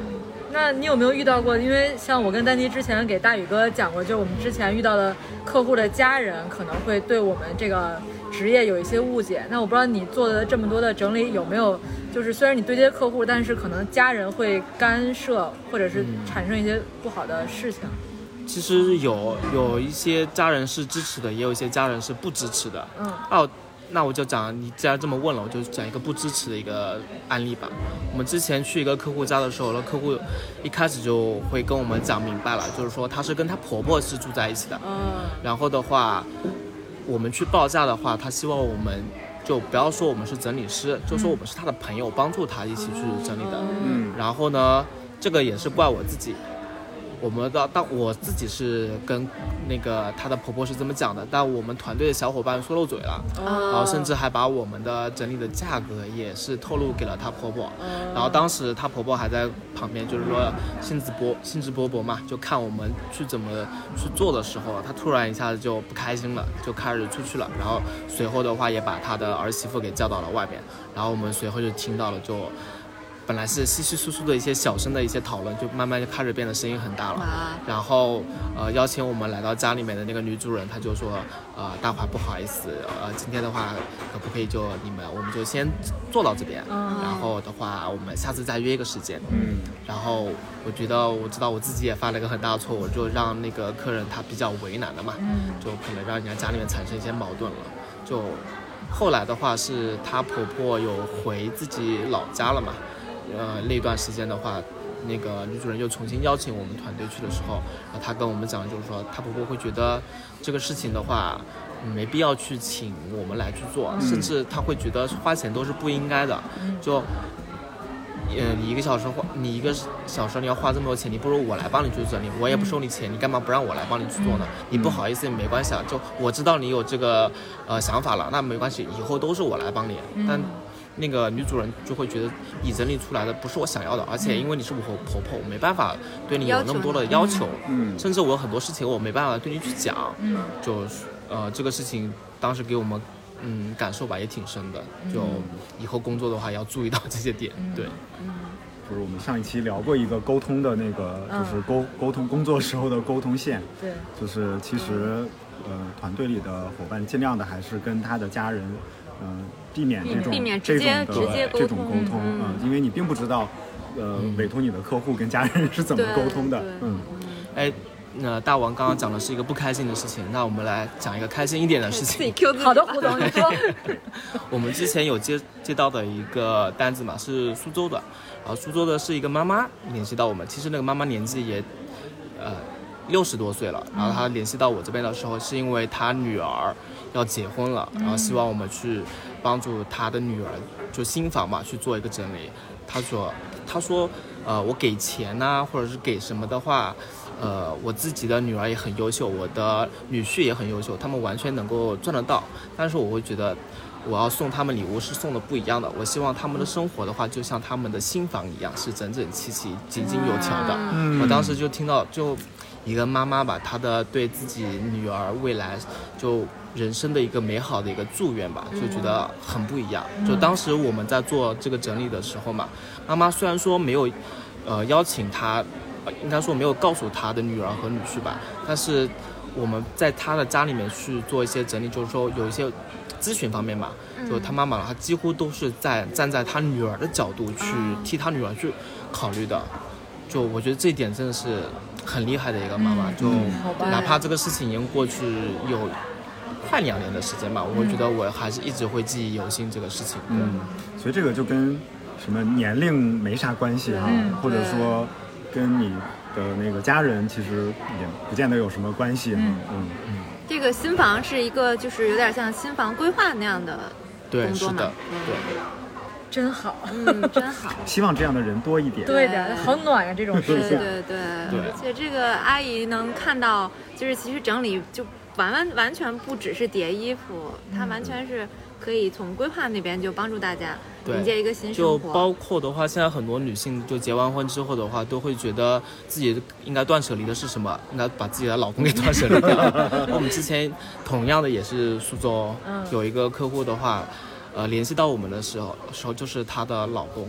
那你有没有遇到过？因为像我跟丹妮之前给大宇哥讲过，就是我们之前遇到的客户的家人可能会对我们这个职业有一些误解。那我不知道你做的这么多的整理有没有，就是虽然你对接客户，但是可能家人会干涉，或者是产生一些不好的事情。
其实有有一些家人是支持的，也有一些家人是不支持的。嗯，哦，那我就讲，你既然这么问了，我就讲一个不支持的一个案例吧。我们之前去一个客户家的时候，那客户一开始就会跟我们讲明白了，就是说她是跟她婆婆是住在一起的。嗯，然后的话，我们去报价的话，她希望我们就不要说我们是整理师，就说我们是她的朋友，帮助她一起去整理的。嗯，然后呢，这个也是怪我自己。我们的当我自己是跟那个她的婆婆是这么讲的，但我们团队的小伙伴说漏嘴了，哦、然后甚至还把我们的整理的价格也是透露给了她婆婆，哦、然后当时她婆婆还在旁边，就是说兴致勃兴致勃勃嘛，就看我们去怎么去做的时候，她突然一下子就不开心了，就开始出去了，然后随后的话也把她的儿媳妇给叫到了外面，然后我们随后就听到了就。本来是稀稀疏疏的一些小声的一些讨论，就慢慢就开始变得声音很大了。然后，呃，邀请我们来到家里面的那个女主人，她就说，呃，大华不好意思，呃，今天的话可不可以就你们，我们就先做到这边，嗯、然后的话我们下次再约一个时间。嗯。然后我觉得我知道我自己也犯了一个很大的错误，就让那个客人他比较为难了嘛，嗯、就可能让人家家里面产生一些矛盾了。就后来的话是她婆婆有回自己老家了嘛。呃，那段时间的话，那个女主人又重新邀请我们团队去的时候，然后她跟我们讲，就是说她婆婆会觉得这个事情的话，没必要去请我们来去做，嗯、甚至她会觉得花钱都是不应该的。就，呃，你一个小时花，你一个小时你要花这么多钱，你不如我来帮你去整理，我也不收你钱，你干嘛不让我来帮你去做呢？你不好意思也没关系啊，就我知道你有这个呃想法了，那没关系，以后都是我来帮你，但。那个女主人就会觉得你整理出来的不是我想要的，而且因为你是我婆婆，我没办法对你有那么多的要求，嗯，甚至我有很多事情我没办法对你去讲，嗯，就呃这个事情当时给我们嗯感受吧也挺深的，就以后工作的话要注意到这些点，对，嗯，
就是我们上一期聊过一个沟通的那个，就是沟沟通工作时候的沟通线，对，就是其实呃团队里的伙伴尽量的还是跟他的家人。嗯、呃，避免这种
避免直接
这种的这种沟通，嗯、呃，因为你并不知道，呃，嗯、委托你的客户跟家人是怎么沟通的，嗯。
哎，那大王刚刚讲的是一个不开心的事情，那我们来讲一个开心一点的事情。
好的，胡总，你说。
我们之前有接接到的一个单子嘛，是苏州的，然后苏州的是一个妈妈联系到我们，其实那个妈妈年纪也，呃。六十多岁了，然后她联系到我这边的时候，是因为她女儿要结婚了，然后希望我们去帮助她的女儿，就新房嘛，去做一个整理。她说，她说，呃，我给钱呐、啊，或者是给什么的话，呃，我自己的女儿也很优秀，我的女婿也很优秀，他们完全能够赚得到。但是我会觉得，我要送他们礼物是送的不一样的。我希望他们的生活的话，就像他们的新房一样，是整整齐齐、井井有条的。嗯、我当时就听到就。一个妈妈吧，她的对自己女儿未来就人生的一个美好的一个祝愿吧，就觉得很不一样。就当时我们在做这个整理的时候嘛，妈妈虽然说没有，呃，邀请她，应该说没有告诉她的女儿和女婿吧，但是我们在她的家里面去做一些整理，就是说有一些咨询方面嘛，就她妈妈她几乎都是在站在她女儿的角度去替她女儿去考虑的。就我觉得这一点真的是很厉害的一个妈妈，就哪怕这个事情已经过去有快两年的时间吧，我觉得我还是一直会记忆犹新这个事情。
嗯，所以这个就跟什么年龄没啥关系啊，嗯、或者说跟你的那个家人其实也不见得有什么关系。嗯嗯
嗯。这个新房是一个就是有点像新房规划那样的工作嘛？
对，是的，对。
真好，
嗯，真好。
希望这样的人多一点。
对的，好暖呀、啊，这种事情。
对对对，而且这个阿姨能看到，就是其实整理就完完完全不只是叠衣服，她完全是可以从规划那边就帮助大家迎接一个新生活。
就包括的话，现在很多女性就结完婚之后的话，都会觉得自己应该断舍离的是什么？应该把自己的老公给断舍离掉。我们之前同样的也是苏州、嗯、有一个客户的话。呃，联系到我们的时候，时候就是她的老公，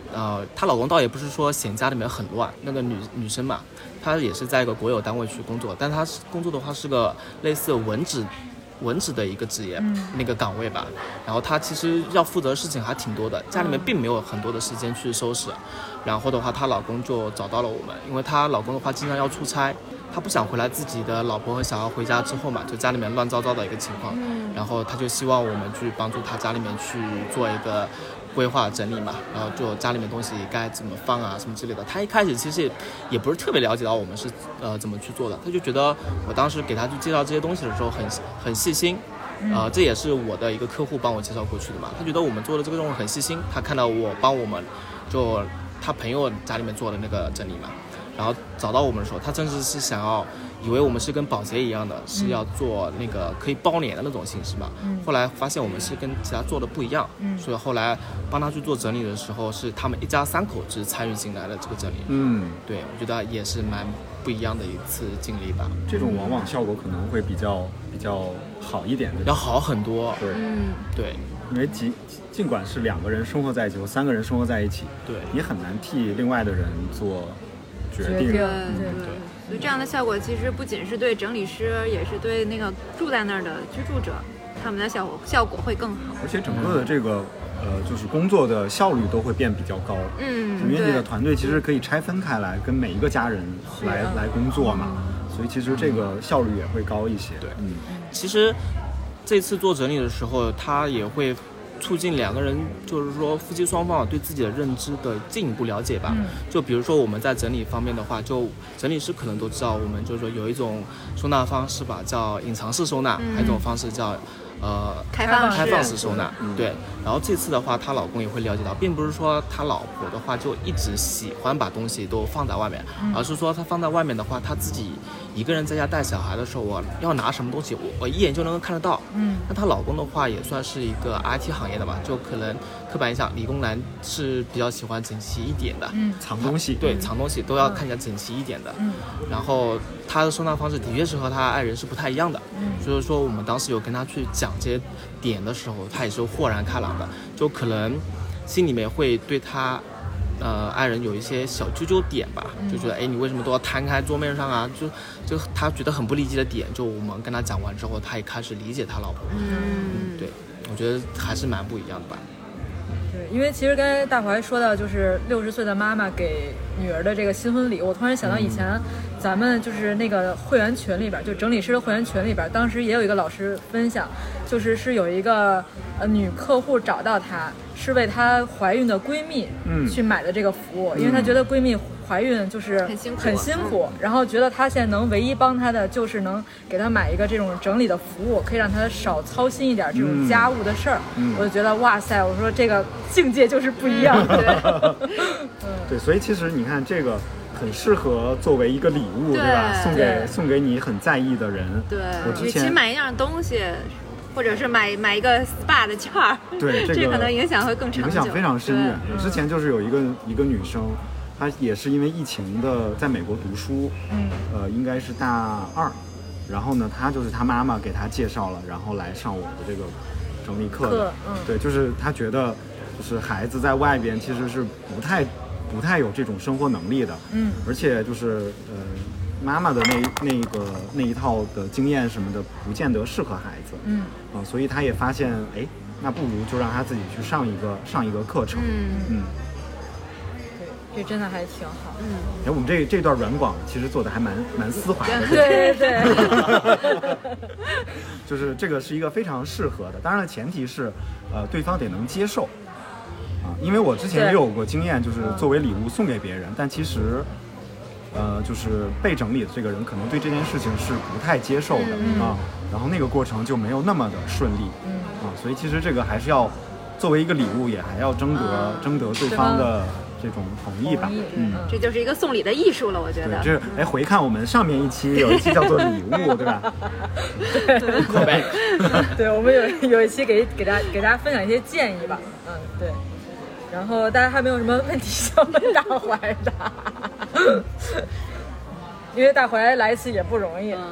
呃，她老公倒也不是说嫌家里面很乱，那个女女生嘛，她也是在一个国有单位去工作，但她工作的话是个类似文职文职的一个职业、嗯、那个岗位吧，然后她其实要负责的事情还挺多的，家里面并没有很多的时间去收拾，然后的话她老公就找到了我们，因为她老公的话经常要出差，他不想回来自己的老婆和小孩回家之后嘛，就家里面乱糟糟的一个情况，然后他就希望我们去帮助他家里面去做一个规划整理嘛，然后就家里面东西该怎么放啊什么之类的。他一开始其实 也, 也不是特别了解到我们是呃怎么去做的，他就觉得我当时给他去介绍这些东西的时候很很细心，呃，这也是我的一个客户帮我介绍过去的嘛。他觉得我们做的这个任务很细心，他看到我帮我们就他朋友家里面做的那个整理嘛，然后找到我们的时候，他真的是想要以为我们是跟保洁一样的，是要做那个可以包年的那种形式嘛。嗯、后来发现我们是跟其他做的不一样，嗯、所以后来帮他去做整理的时候，是他们一家三口是参与进来的这个整理。嗯，对，我觉得也是蛮不一样的一次经历吧。
这种往往效果可能会比较比较好一点的，
要好很多。
对，
嗯，
对，
因为尽尽管是两个人生活在一起或三个人生活在一起，
对，
你很难替另外的人做决定。
对对对。所以这样的效果其实不仅是对整理师，也是对那个住在那儿的居住者，他们的效果效果会更好。
而且整个的这个呃，就是工作的效率都会变比较高。
嗯，
因为你的团队其实可以拆分开来，跟每一个家人来、啊、来工作嘛，所以其实这个效率也会高一些。
对，嗯，其实这次做整理的时候，他也会促进两个人，就是说夫妻双方对自己的认知的进一步了解吧。嗯、就比如说我们在整理方面的话，就整理师可能都知道，我们就是说有一种收纳方式吧，叫隐藏式收纳，嗯、还有一种方式叫呃
开放
开放式收纳。嗯、对。然后这次的话，她老公也会了解到，并不是说他老婆的话就一直喜欢把东西都放在外面，嗯、而是说他放在外面的话，他自己一个人在家带小孩的时候，我要拿什么东西，我我一眼就能够看得到。嗯，那她老公的话也算是一个 I T 行业的吧，就可能刻板印象，理工男是比较喜欢整齐一点的，
嗯，藏东西，
对，藏东西都要看起来整齐一点的。嗯，然后他的收纳方式的确是和他爱人是不太一样的。嗯，所以说我们当时有跟他去讲这些点的时候，他也是豁然开朗的，就可能心里面会对他。呃，爱人有一些小揪揪点吧，就觉得哎，你为什么都要摊开桌面上啊？就就他觉得很不理解的点，就我们跟他讲完之后，他也开始理解他老婆。嗯，对，我觉得还是蛮不一样的吧。
对，因为其实刚才大怀说到，就是六十岁的妈妈给女儿的这个新婚礼，我突然想到以前咱们就是那个会员群里边，就整理师的会员群里边，当时也有一个老师分享，就是是有一个呃女客户找到她。是为她怀孕的闺蜜去买的这个服务，嗯、因为她觉得闺蜜怀孕就是
很辛苦，
很辛苦，然后觉得她现在能唯一帮她的就是能给她买一个这种整理的服务，可以让她少操心一点这种家务的事儿。嗯、我就觉得哇塞，我说这个境界就是不一样。对，
嗯、对，所以其实你看这个。很适合作为一个礼物， 对, 对吧？送给送给你很在意的人。
对，
我之前
与其买一样东西。或者是买买一个 S P A 的券儿，
对，这个、
这可能影响会更长久，
影响非常深远。嗯、之前就是有一个一个女生，她也是因为疫情的在美国读书，嗯，呃，应该是大二，然后呢，她就是她妈妈给她介绍了，然后来上我的这个整理课的，嗯，对，就是她觉得就是孩子在外边其实是不太不太有这种生活能力的，嗯，而且就是呃。妈妈的那那个那一套的经验什么的，不见得适合孩子，嗯，啊，所以他也发现，哎，那不如就让他自己去上一个上一个课程，嗯嗯，
对，这真的还挺好，嗯，
哎，我们这这段软广其实做的还蛮蛮丝滑的，
对对，
就是这个是一个非常适合的，当然了，前提是，呃，对方得能接受，啊，因为我之前也有过经验，就是作为礼物送给别人，但其实。呃，就是被整理的这个人可能对这件事情是不太接受的、嗯、啊，然后那个过程就没有那么的顺利，嗯啊，所以其实这个还是要作为一个礼物，也还要征得、嗯、征得对方的这种同意吧，
嗯，这就是一个送礼的艺术了，我觉得。
对，这哎，回看我们上面一期有一期叫做礼物，对吧？
对，口碑。对，我们有有一期给给大家给大家分享一些建议吧，嗯，对。然后大家还没有什么问题想问大怀的，因为大怀来一次也不容易。嗯，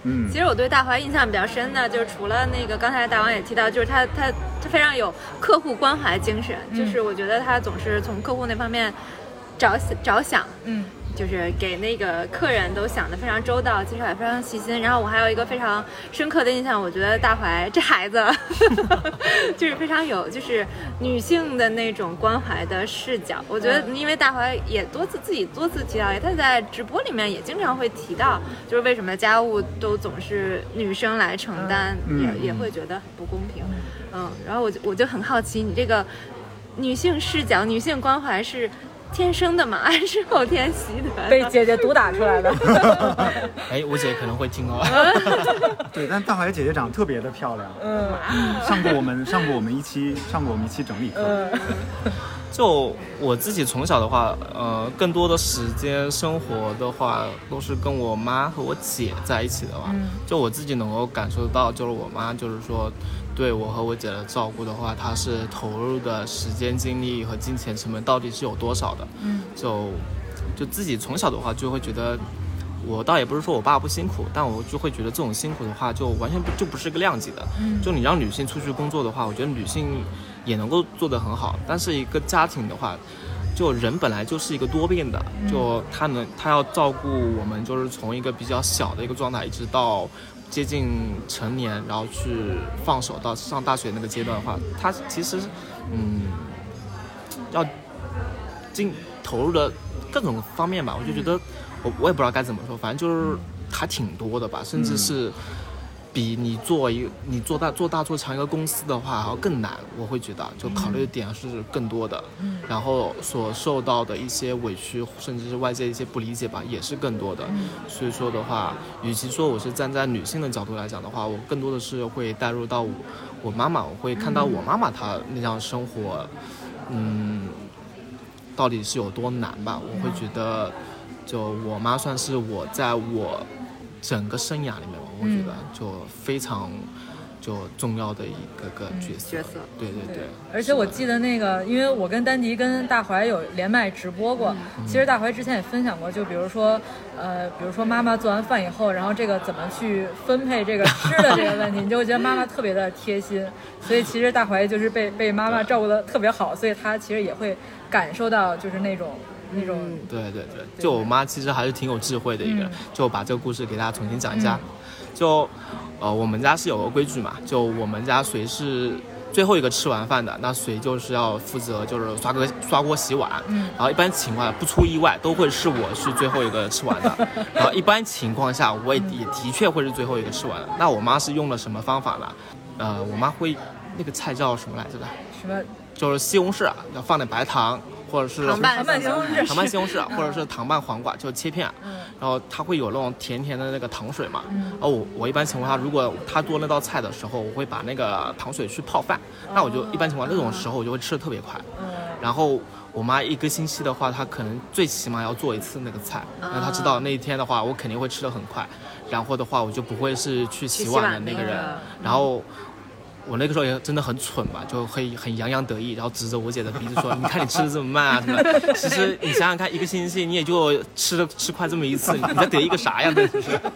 嗯，
其实我对大怀印象比较深的，就是除了那个刚才大王也提到，就是他他他非常有客户关怀精神，嗯、就是我觉得他总是从客户那方面着着想，
嗯。
就是给那个客人都想得非常周到，介绍也非常细心。然后我还有一个非常深刻的印象，我觉得大怀这孩子就是非常有就是女性的那种关怀的视角。我觉得因为大怀也多次自己多次提到，他在直播里面也经常会提到，就是为什么家务都总是女生来承担，
嗯、
也也会觉得不公平。嗯，然后我就我就很好奇，你这个女性视角、女性关怀是天生的吗？还是后天习得？
被姐姐毒打出来的。
哎，我姐可能会听哦。
对，但大怀姐姐长得特别的漂亮。嗯，上过我们上过我们一期上过我们一期整理课。
嗯、
就我自己从小的话，呃，更多的时间生活的话，都是跟我妈和我姐在一起的话，嗯、就我自己能够感受到，就是我妈就是说。对我和我姐的照顾的话，她是投入的时间、精力和金钱成本到底是有多少的？嗯，就就自己从小的话就会觉得，我倒也不是说我爸不辛苦，但我就会觉得这种辛苦的话，就完全不就不是个量级的。嗯，就你让女性出去工作的话，我觉得女性也能够做得很好，但是一个家庭的话。就人本来就是一个多变的，就他能他要照顾我们，就是从一个比较小的一个状态，一直到接近成年，然后去放手到上大学那个阶段的话，他其实嗯要进投入的各种方面吧，我就觉得我我也不知道该怎么说，反正就是还挺多的吧，甚至是。比你做一你做大做大做强一个公司的话还要更难，我会觉得就考虑的点是更多的，嗯、然后所受到的一些委屈，甚至是外界一些不理解吧，也是更多的。嗯、所以说的话，与其说我是站在女性的角度来讲的话，我更多的是会带入到我我妈妈，我会看到我妈妈她那样生活，嗯，到底是有多难吧？我会觉得，就我妈算是我在我。整个生涯里面，我觉得就非常就重要的一个个角色。嗯、角色，对对 对, 对。
而且我记得那个，因为我跟丹迪跟大怀有连麦直播过，嗯、其实大怀之前也分享过，就比如说，呃，比如说妈妈做完饭以后，然后这个怎么去分配这个吃的这个问题，你就会觉得妈妈特别的贴心。所以其实大怀就是被被妈妈照顾的特别好，所以他其实也会感受到就是那种。那种
对对对，就我妈其实还是挺有智慧的一个人，嗯、就把这个故事给大家重新讲一下。嗯、就呃，我们家是有个规矩嘛，就我们家谁是最后一个吃完饭的，那谁就是要负责就是刷锅刷锅洗碗。嗯，然后一般情况下不出意外都会是我是最后一个吃完的，然后一般情况下我也也的确会是最后一个吃完的。那我妈是用了什么方法呢？呃，我妈会那个菜叫什么来着的？
什么？
就是西红柿要放点白糖。或者是
糖拌
西红柿，
糖拌西红柿，或者是糖拌黄瓜，就切片，嗯、然后它会有那种甜甜的那个糖水嘛。嗯、然后我我一般情况下，如果他做那道菜的时候，我会把那个糖水去泡饭，哦、那我就一般情况那种时候我就会吃的特别快。嗯、然后我妈一个星期的话，她可能最起码要做一次那个菜，然后她知道那一天的话，我肯定会吃的很快，然后的话我就不会是去洗碗的那个人，那个、然后。我那个时候也真的很蠢吧，就会很洋洋得意，然后指着我姐的鼻子说：“你看你吃的这么慢啊什么？其实你想想看，一个星期你也就吃的吃快这么一次，你在得意个啥呀？这是。”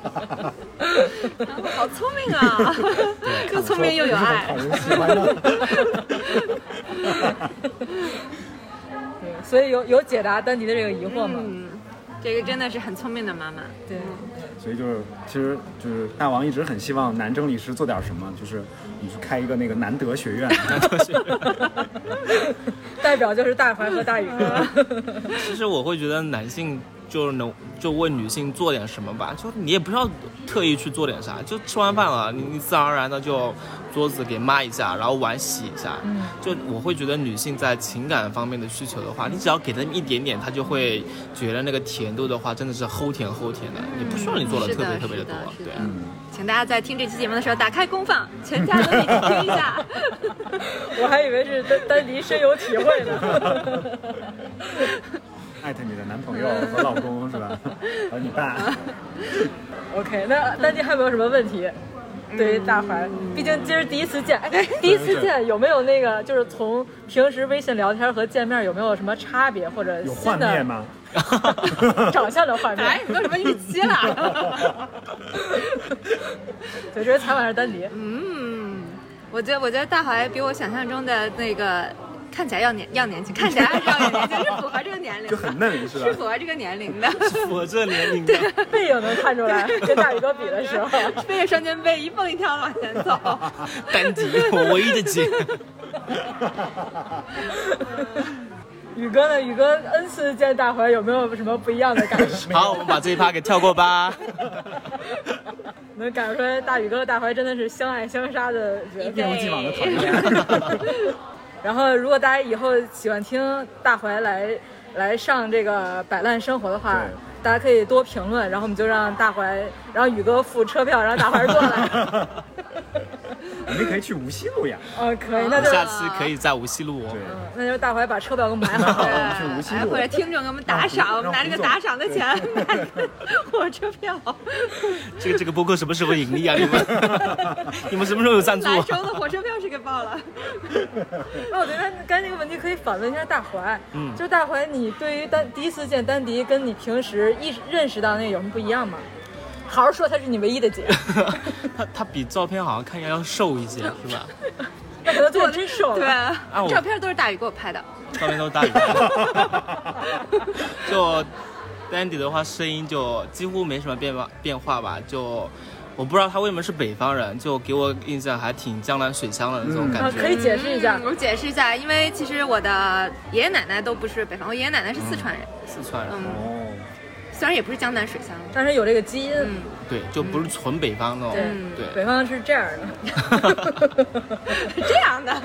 好聪明啊！又聪明又有爱。
对，所以有有解答丹迪的这个疑惑吗？
嗯，这个真的是很聪明的妈妈。
对。
所以就是，其实就是大王一直很希望男整理师做点什么，就是你去开一个那个男德学院，男德学院
代表就是大怀和大宇哥。
其实我会觉得男性就是能就为女性做点什么吧，就你也不需要特意去做点啥，就吃完饭了，你你自然而然的就桌子给抹一下，然后碗洗一下。嗯，就我会觉得女性在情感方面的需求的话，你只要给她一点点，她就会觉得那个甜度的话真的是齁甜齁甜的，也不需要你做的特别特别的多。对，
嗯，请大家在听这期节目的时候打开公放，全家都一起听一下。
我还以为是丹丹迪深有体会呢。
艾特你的男朋友和老公是吧？和你爸。
OK， 那丹迪还有没有什么问题？对于大怀，毕竟今儿第一次见，哎，第一次见有没有那个，就是从平时微信聊天和见面有没有什么差别，或者
有幻灭吗？
长相的幻灭，
哎，没有什么预期了。
对，这是采访还是丹迪？
嗯，我觉得我觉得大怀比我想象中的那个看起来要年要年轻，看起来还是要年轻，是符合这个年龄的，
就很嫩是吧？
是符合这个年龄的，
是符合这个年龄的。
背影能看出来，跟大宇哥比的时候，
背着双肩背一蹦一跳往前走。
丹迪，我唯一的姐。
宇哥呢？宇哥 N 次见大怀，有没有什么不一样的感受？
好，我们把这一趴给跳过吧。
能感受出来，大宇哥和大怀真的是相爱相杀的角色，
一如既往的讨厌。
然后，如果大家以后喜欢听大怀来来上这个摆烂生活的话，大家可以多评论，然后我们就让大怀，然后宇哥付车票，让大怀过来。
我们可以去无锡路呀。
哦，可以，那就
下期可以在无锡路哦。
对，
那就是大怀把车票给我们买好，
我们去无锡路，
或者听众给我们打赏，我们拿这个打赏的钱买火车票。
这个这个播客什么时候盈利啊？你们你们什么时候有赞助？
兰州的火车票是给报了。
那我觉得刚才这个问题可以反问一下大怀，嗯，就是大怀，你对于丹第一次见丹迪，跟你平时意识认识到那个有什么不一样吗？好好说，她是你唯一的姐。
她她比照片好像看起来要瘦一些，是吧？
那可能做的真瘦了。
对，
啊，
照片都是大宇给我拍的。
照片都是大宇。就丹迪的话，声音就几乎没什么变化变化吧。就我不知道他为什么是北方人，就给我印象还挺江南水乡的那种感觉。
嗯、可以解释一下、
嗯？我解释一下，因为其实我的爷爷奶奶都不是北方，我爷爷奶奶是四川人。
嗯、四川人。
嗯、
哦。
虽然也不是江南水乡，
但是有这个基因。嗯，
对，就不是纯北方那种。
嗯、
对，
北方是这样的。
这样的。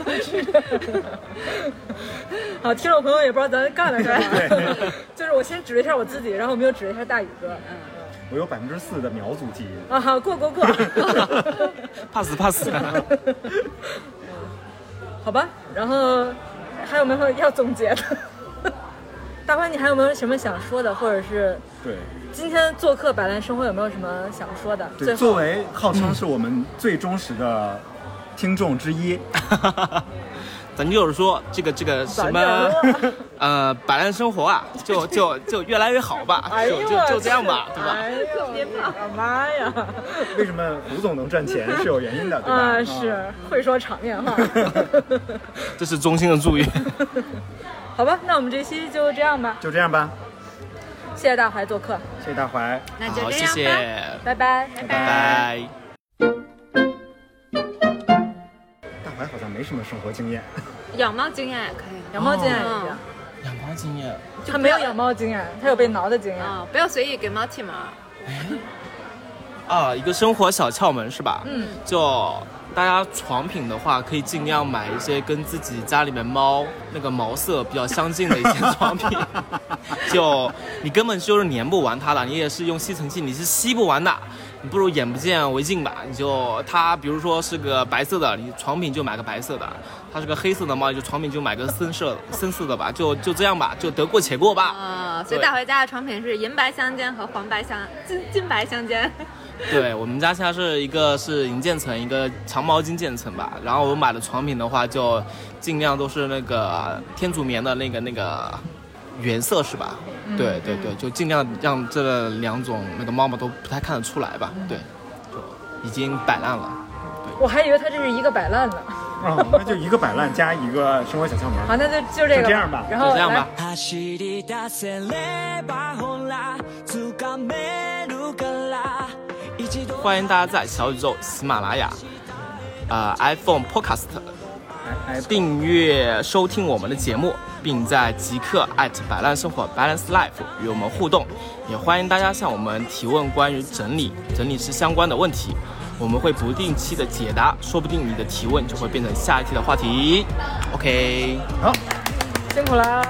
好，听众朋友也不知道咱干了什么。就是我先指了一下我自己，然后我们又指了一下大宇哥。嗯。
我有百分之四的苗族基因。
啊，好，过过过。
怕死怕死。
好吧，然后还有没有要总结的？大怀，你还有没有什么想说的，或者是
对
今天做客摆烂生活有没有什么想说的？
对，作为号称是我们最忠实的听众之一，
咱就是说这个这个什么呃摆烂生活啊，就就就越来越好吧，
哎、
就就就这样吧，对吧？
哎呦，妈呀！
为什么胡总能赚钱是有原因的，对吧？
啊，是会说场面话。
这是衷心的祝愿。
好吧，那我们这期就这样吧。
就这样吧。
谢谢大怀做客。
谢谢大怀。
那就这样吧。
好，谢谢。
拜拜。
拜
拜。
大怀好像没什么生活经验。
养猫经验也可以。
养猫经验也行。
养猫经验。
他没有养猫经验，他有被挠的经验。
啊、哦，不要随意给猫剃毛。
啊，一个生活小窍门是吧？
嗯。
就。大家床品的话，可以尽量买一些跟自己家里面猫那个毛色比较相近的一些床品。就你根本就是粘不完它的，你也是用吸尘器，你是吸不完的。你不如眼不见为净吧。你就它，比如说是个白色的，你床品就买个白色的；它是个黑色的猫，你就床品就买个深色深色的吧。就就这样吧，就得过且过吧。
啊、呃，所以大怀家的床品是银白相间和黄白相金金白相间。
对，我们家现在是一个是银渐层，一个长毛金渐层吧。然后我买的床品的话，就尽量都是那个天竺棉的那个那个原色是吧？嗯、对对对，就尽量让这两种那个猫毛都不太看得出来吧。对，就已经摆烂了。对，
我还以为它这是一个摆烂呢。
哦，那就一个摆烂加一个生活小窍门。
好，那就就这个，
就这样吧，
然后
就这样吧。欢迎大家在小宇宙、喜马拉雅、呃 iPhone Podcast 订阅收听我们的节目，并在即刻 at 摆烂生活 Balance Life 与我们互动。也欢迎大家向我们提问关于整理、整理师相关的问题，我们会不定期的解答，说不定你的提问就会变成下一期的话题。OK，
好，
辛苦了。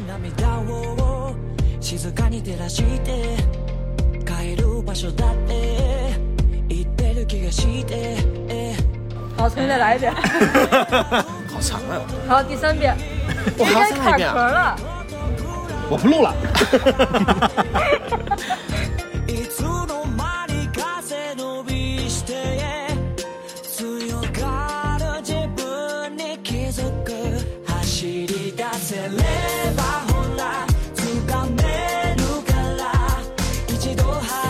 好，重新再来一遍。
好长啊！
好，第三遍。
我还要再来一遍
卡壳了。
我不录了。
走ればほら掴めるから一度は